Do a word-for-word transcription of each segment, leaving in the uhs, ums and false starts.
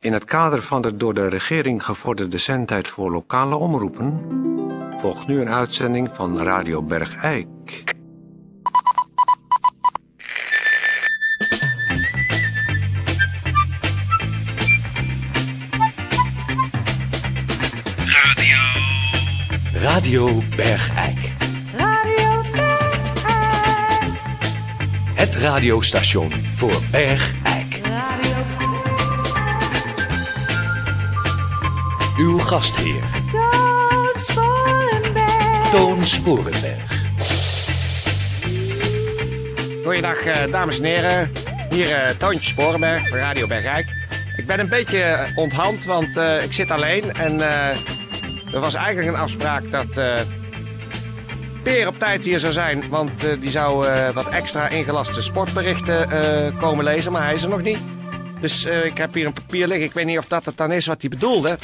In het kader van de door de regering gevorderde zendtijd voor lokale omroepen volgt nu een uitzending van Radio Bergijk. Radio. Radio Bergijk. Radio Bergijk. Het radiostation voor Bergijk. Radio. Uw gastheer. Toon Sporenberg. Toon Sporenberg. Goeiedag, uh, dames en heren. Hier uh, Toontje Sporenberg van Radio Bergijk. Ik ben een beetje onthand, want uh, ik zit alleen. En uh, er was eigenlijk een afspraak dat uh, Peer op tijd hier zou zijn. Want uh, die zou uh, wat extra ingelaste sportberichten uh, komen lezen. Maar hij is er nog niet. Dus uh, ik heb hier een papier liggen. Ik weet niet of dat het dan is wat hij bedoelde.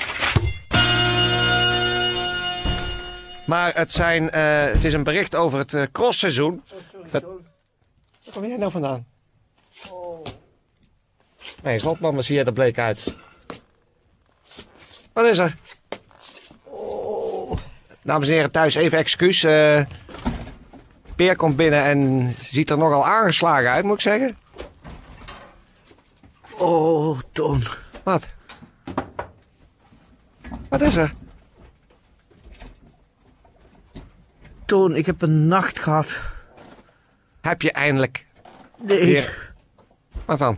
Maar het, zijn, uh, het is een bericht over het uh, crossseizoen. Dat... Waar kom jij nou vandaan? Oh. Nee, god man, wat zie je er bleek uit. Wat is er? Oh. Dames en heren, thuis even excuus. Uh, Peer komt binnen en ziet er nogal aangeslagen uit, moet ik zeggen. Oh, Toon. Wat? Wat is er? Toon, ik heb een nacht gehad. Heb je eindelijk Nee. weer... Wat dan?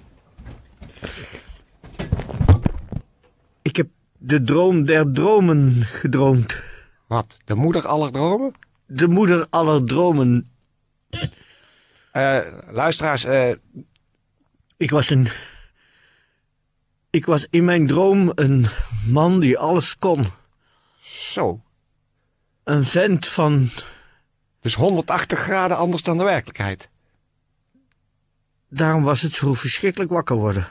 Ik heb de droom der dromen gedroomd. Wat? De moeder aller dromen? De moeder aller dromen. Uh, luisteraars, uh, Ik was een... Ik was in mijn droom een man die alles kon. zo. Een vent van... Dus honderdtachtig graden anders dan de werkelijkheid. Daarom was het zo verschrikkelijk wakker worden.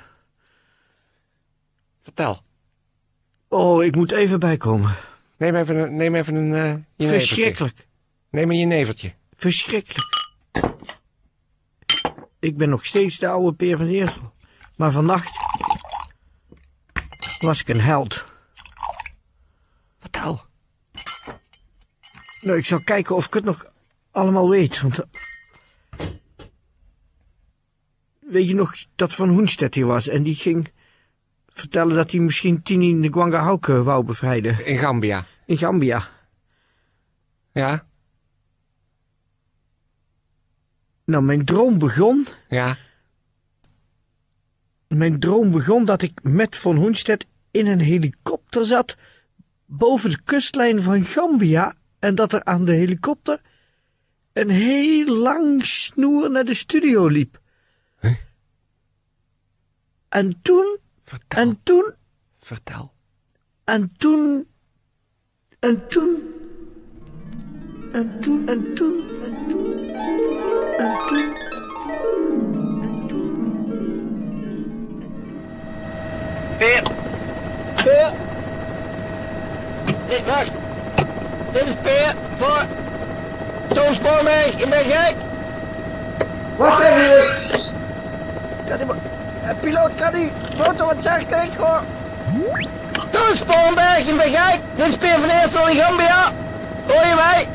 Vertel. Oh, ik moet even bijkomen. Neem even een... Neem even een uh, je Verschrikkelijk. Neem een jenevertje. Verschrikkelijk. Ik ben nog steeds de oude Peer van Eersel. Maar vannacht was ik een held. Vertel. Nou, ik zal kijken of ik het nog allemaal weet. Want... Weet je nog dat Van Hoenstedt hier was en die ging vertellen dat hij misschien Tini Ngwanga Hauke wou bevrijden. In Gambia. In Gambia. Ja? Nou, mijn droom begon... Ja? Mijn droom begon dat ik met Van Hoenstedt in een helikopter zat boven de kustlijn van Gambia en dat er aan de helikopter een heel lang snoer naar de studio liep. Huh? En toen... Vertel. En toen... Vertel. En toen... En toen... En toen... En toen... En toen... En toen... Peer! Peer! Nee, wacht! Dit is Peer voor Toon Sporenberg in Bergijk! Wacht even! Kan die... Uh, piloot, kan die motor wat zachter? Ik hoor... Toon Sporenberg in Bergijk! Dit is Peer van Eersel in Gambia! Hoor je mij?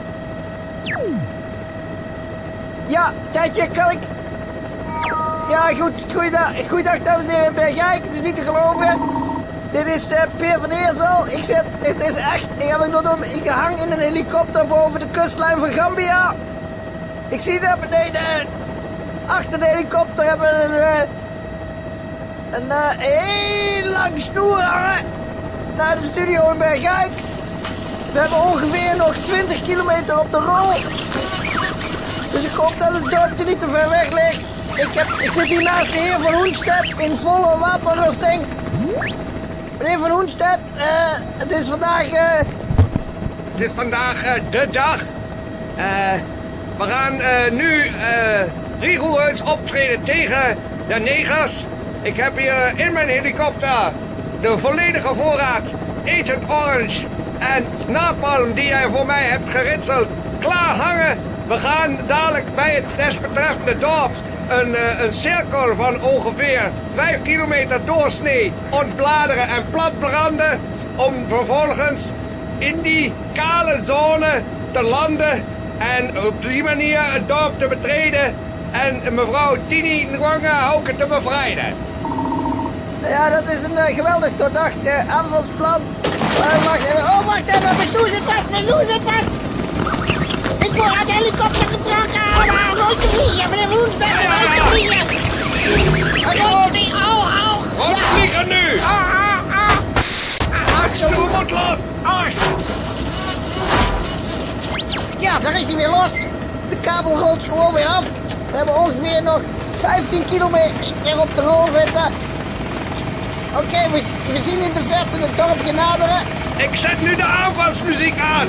Ja, tijdje, kan ik... Ja, goed, goeiedag, goeiedag dames en heren in Bergijk. Het is niet te geloven. Dit is uh, Peer van Eersel. Ik zit, het is echt, ik heb het nog ik hang in een helikopter boven de kustlijn van Gambia. Ik zie daar beneden, achter de helikopter hebben we een, uh, een uh, heel lang snoer hangen naar de studio in Bergijk. We hebben ongeveer nog twintig kilometer op de rol. Dus ik hoop dat het dorpje niet te ver weg ligt. Ik, heb, ik zit hier naast de heer Van Hoenstedt in volle wapenrusting. Meneer Van Hoenstedt, uh, het is vandaag... Uh... Het is vandaag uh, de dag. Uh, we gaan uh, nu uh, rigoureus optreden tegen de negers. Ik heb hier in mijn helikopter de volledige voorraad Agent Orange en napalm die jij voor mij hebt geritseld klaar hangen. We gaan dadelijk bij het desbetreffende dorp een, uh, een cirkel van ongeveer vijf kilometer doorsnee, ontbladeren en platbranden, om vervolgens in die kale zone te landen en op die manier het dorp te betreden en mevrouw Tini Nwanga Hauke te bevrijden. Ja, dat is een uh, geweldig doordacht uh, aanvalsplan. Uh, wacht even. Oh, wacht even. Mijn stoel zit vast. Mijn stoel zit vast. Ik word uit de helikopter getrokken. Allemaal nooit te vliegen. Meneer Woensdag, nooit te vliegen. Nooit te vliegen. Oh, oh. Wat vliegen nu? Oh, oh, oh. Ach, snoer moet los. Oh. Ja, daar is hij weer los. De kabel rolt gewoon weer af. We hebben ongeveer nog vijftien kilometer op de rol zitten. Oké, okay, we, we zien in de verte het dorpje naderen. Ik zet nu de aanvalsmuziek aan.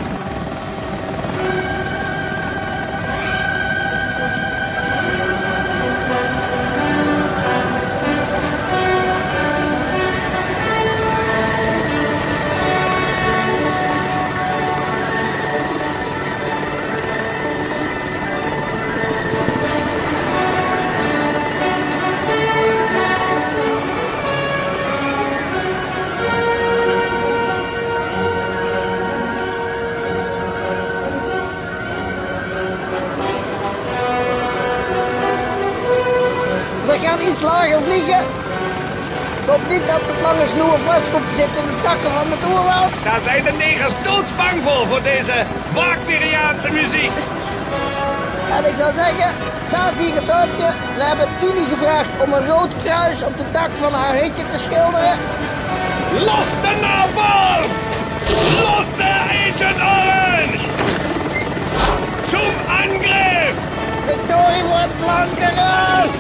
We gaan iets lager vliegen. Ik hoop niet dat het lange snoer vast komt te zitten in de takken van het oerwoud. Daar zijn de negers doodsbang voor, voor deze Wagneriaanse muziek. En ik zou zeggen, daar zie je het dorpje. We hebben Tini gevraagd om een rood kruis op de dak van haar hutje te schilderen. Los de napalm! Los de Agent Orange! Zum Angriff! Victorie voor het blanke ras!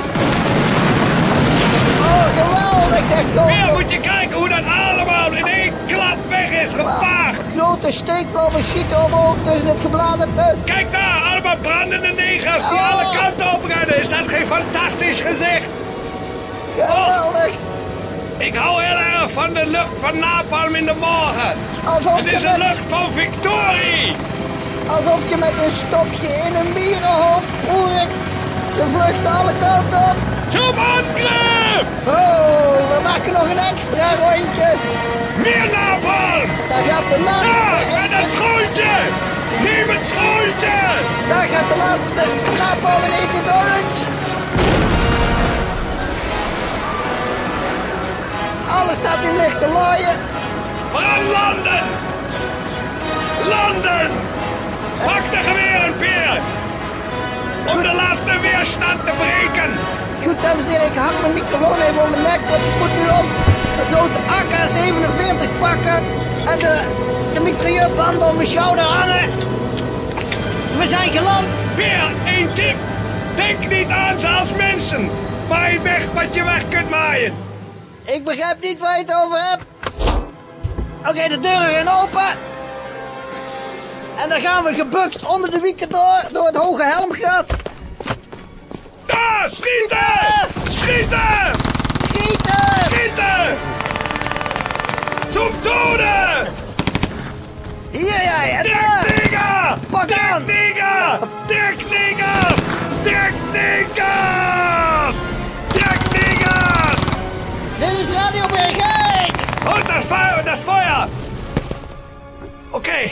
Oh, geweldig, zeg gewoon. Weer moet je kijken hoe dat allemaal in één klap weg is gevaagd. Grote steekvlammen schieten omhoog tussen het gebladerte. Kijk daar, allemaal brandende negers die Oh. alle kanten op rennen. Is dat geen fantastisch gezicht? Geweldig. Ik hou heel erg van de lucht van napalm in de morgen. Alsof Het je, is de met, lucht van victorie. alsof je met een stokje in een mierenhoop poert. Ze vluchten alle kanten op. Zum Angriff! Oh, we maken nog een extra rondje. Meer napalm! Daar gaat de Daar, laatste. en het schoentje! Neem het schoentje! Daar gaat de laatste napalm in Agent Orange. Alles staat in lichte looien. We gaan landen! Landen! Pak de geweren, Peer! Om de laatste weerstand te breken! Goed, dames en heren, ik hang mijn microfoon even om mijn nek, want ik moet nu op een grote A K zevenenveertig pakken en de, de mitrailleurbanden om mijn schouder hangen. We zijn geland. Peer, één tip! Denk niet aan ze als mensen! Maai weg wat je weg kunt maaien! Ik begrijp niet waar je het over hebt. Oké, de deuren gaan open. En dan gaan we gebukt onder de wieken door, door het hoge helmgras. Daar, schieten! Schieten! Schieten! Schieten! Zum Tode! Hier jij, en Trek daar! neger! Pak aan! Trek neger! Trek negers! Trek negers! Trek negers! Dit is Radio Bergijk! Holt das Feuer, das Feuer! Oké.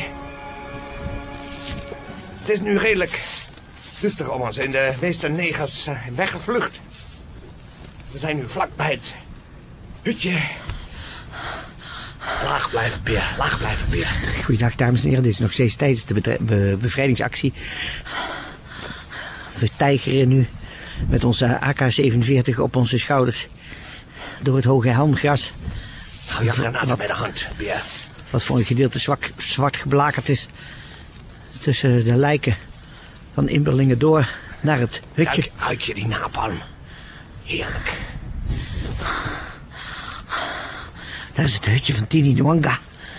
Het is nu redelijk rustig om ons en de meeste negers zijn weggevlucht. We zijn nu vlak bij het hutje. Laag blijven, Peer. Laag blijven, Peer. Goeiedag, dames en heren. Dit is nog steeds tijdens de bedre- be- bevrijdingsactie. We tijgeren nu met onze A K zevenenveertig op onze schouders door het hoge helmgras. Hou je granaten bij de hand, Peer. Wat voor een gedeelte zwak, zwart geblakerd is tussen de lijken van inboorlingen door naar het hutje. Ruik, ruik je die napalm? Heerlijk. Daar is het hutje van Tini Nwanga.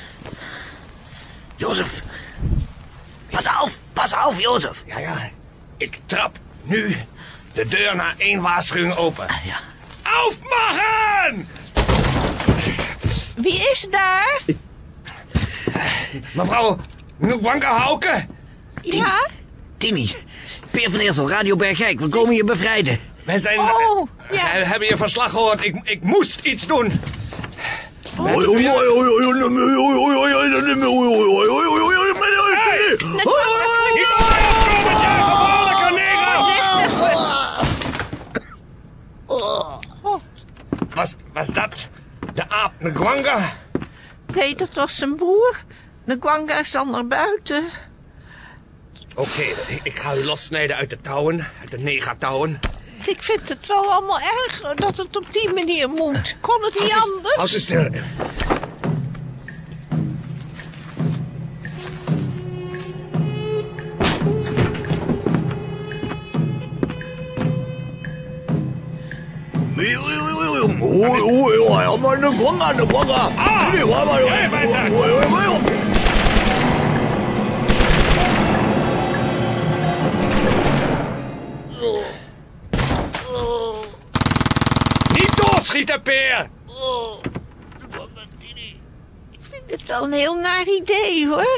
Jozef. Pas auf, pas auf, Jozef. Ja, ja. Ik trap nu de deur na één waarschuwing open. Ja. Aufmachen! Wie is daar? Mevrouw Nwanga Hauke? Ja? Tini. Peer van Eersel, Radio Bergijk. We komen je bevrijden. Wij zijn... Oh, ja. We hebben je verslag gehoord. Ik, ik moest iets doen. Was, was dat de aap Ngwanga? Nee, dat was zijn broer. De Gwanga is dan naar buiten. Oké, okay, ik, ik ga u lossnijden uit de touwen, uit de negatouwen. Ik vind het wel allemaal erg dat het op die manier moet. Kon het niet anders? Houd eens stil. Niet doodschieten, Peer! Ik vind het wel een heel naar idee, hoor.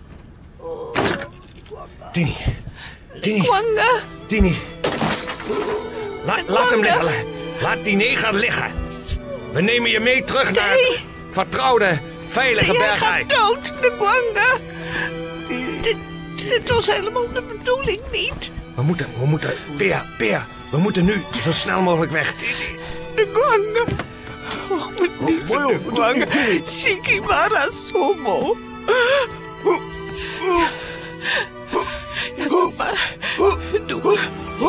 Tini. Tini. Gwanga. Tini. La, laat hem liggen. Laat die neger liggen. We nemen je mee terug naar het vertrouwde, veilige Jij gaat Bergijk. dood, de Gwanga. Dit, dit was helemaal de bedoeling niet. We moeten, we moeten, Peer, Peer, we moeten nu zo snel mogelijk weg. De Gwanga. Oh, mijn lieve de Gwanga. Sikimara Somo. Ja, doe maar. Doe maar.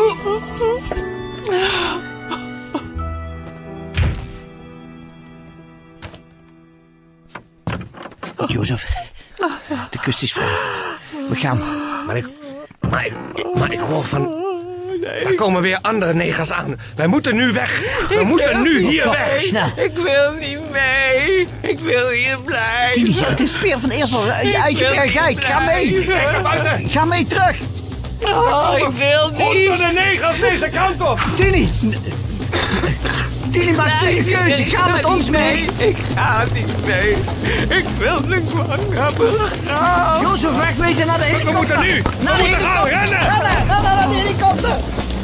Jozef, de kust is vrij. We gaan. Maar ik, maar ik, maar ik hoor van... Er komen weer andere negers aan. Wij moeten nu weg. We moeten nu hier weg. Snel. Ik wil niet mee. Ik wil hier blijven. Tini, het is Peer van Eersel uit je Bergijk. Ga mee. Kijk naar buiten. Ga mee terug. Oh, ik wil niet. Honderden negers deze kant op. Tini. Tini, maak Nee, je keuze. ik Ga met ons mee. Ik ga niet mee. Ik wil de Gwanga begraven. Jozef, wegwezen naar de We helikopter. moeten nu. We Naar de moeten gaan helikopter. rennen. Rennen, rennen naar de helikopter.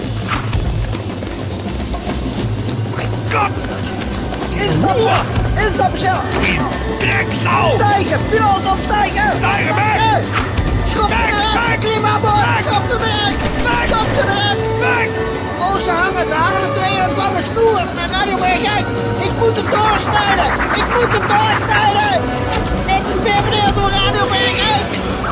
Kap. Instappen! Instappen, Shell! Dreksau. Stijgen! Piloot opstijgen! Stijgen weg. Schop ze Weg, eruit! weg. Klimaatboord! Schop ze eruit! Schop ze eruit! Weg. Oh, ze hangen! Ze hangen er twee aan het lange snoer! Naar Radio Bergijk! Ik moet het doorsnijden! Ik moet het doorsnijden! Dit is weer meneer door Radio Bergijk!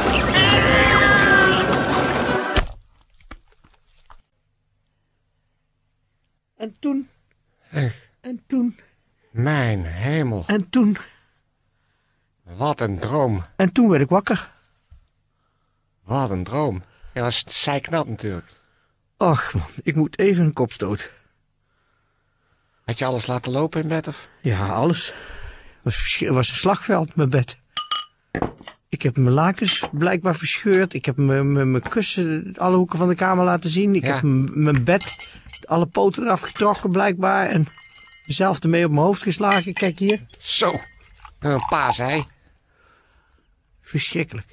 En toen... En toen... Mijn hemel. En toen... Wat een droom. En toen werd ik wakker. Wat een droom. Ja, dat is zeiknat natuurlijk. Ach man, ik moet even een kopstoot. Had je alles laten lopen in bed of? Ja, alles. Het was, versch- het was een slagveld, mijn bed. Ik heb mijn lakens blijkbaar verscheurd. Ik heb mijn, mijn, mijn kussen alle hoeken van de kamer laten zien. Ik Ja. heb m- mijn bed, alle poten eraf getrokken blijkbaar. En mezelf ermee op mijn hoofd geslagen. Kijk hier. Zo. Een pa zei. Verschrikkelijk.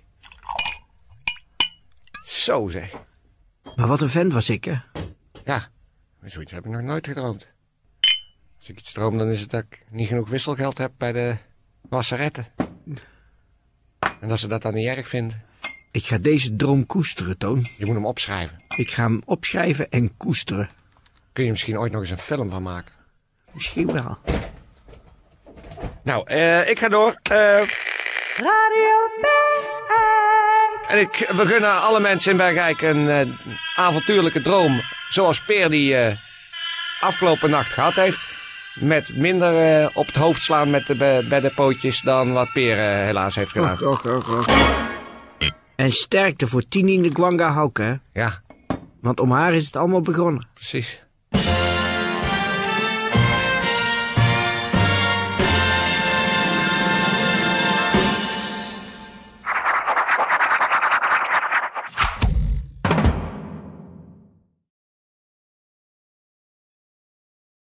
Zo zeg. Maar wat een vent was ik, hè. Ja, zoiets heb ik nog nooit gedroomd. Als ik iets droom, dan is het dat ik niet genoeg wisselgeld heb bij de wasseretten. En dat ze dat dan niet erg vinden. Ik ga deze droom koesteren, Toon. Je moet hem opschrijven. Ik ga hem opschrijven en koesteren. Kun je misschien ooit nog eens een film van maken. Misschien wel. Nou, eh, ik ga door. Eh, Radio Bergijk. en ik begun aan alle mensen in Bergijk een eh, avontuurlijke droom. Zoals Peer die eh, afgelopen nacht gehad heeft. Met minder eh, op het hoofd slaan met de be- beddenpootjes dan wat Peer eh, helaas heeft gedaan. Och, och, och. En sterkte voor Tini de Gwanga Hauke, hè. Ja, Want om haar is het allemaal begonnen. precies.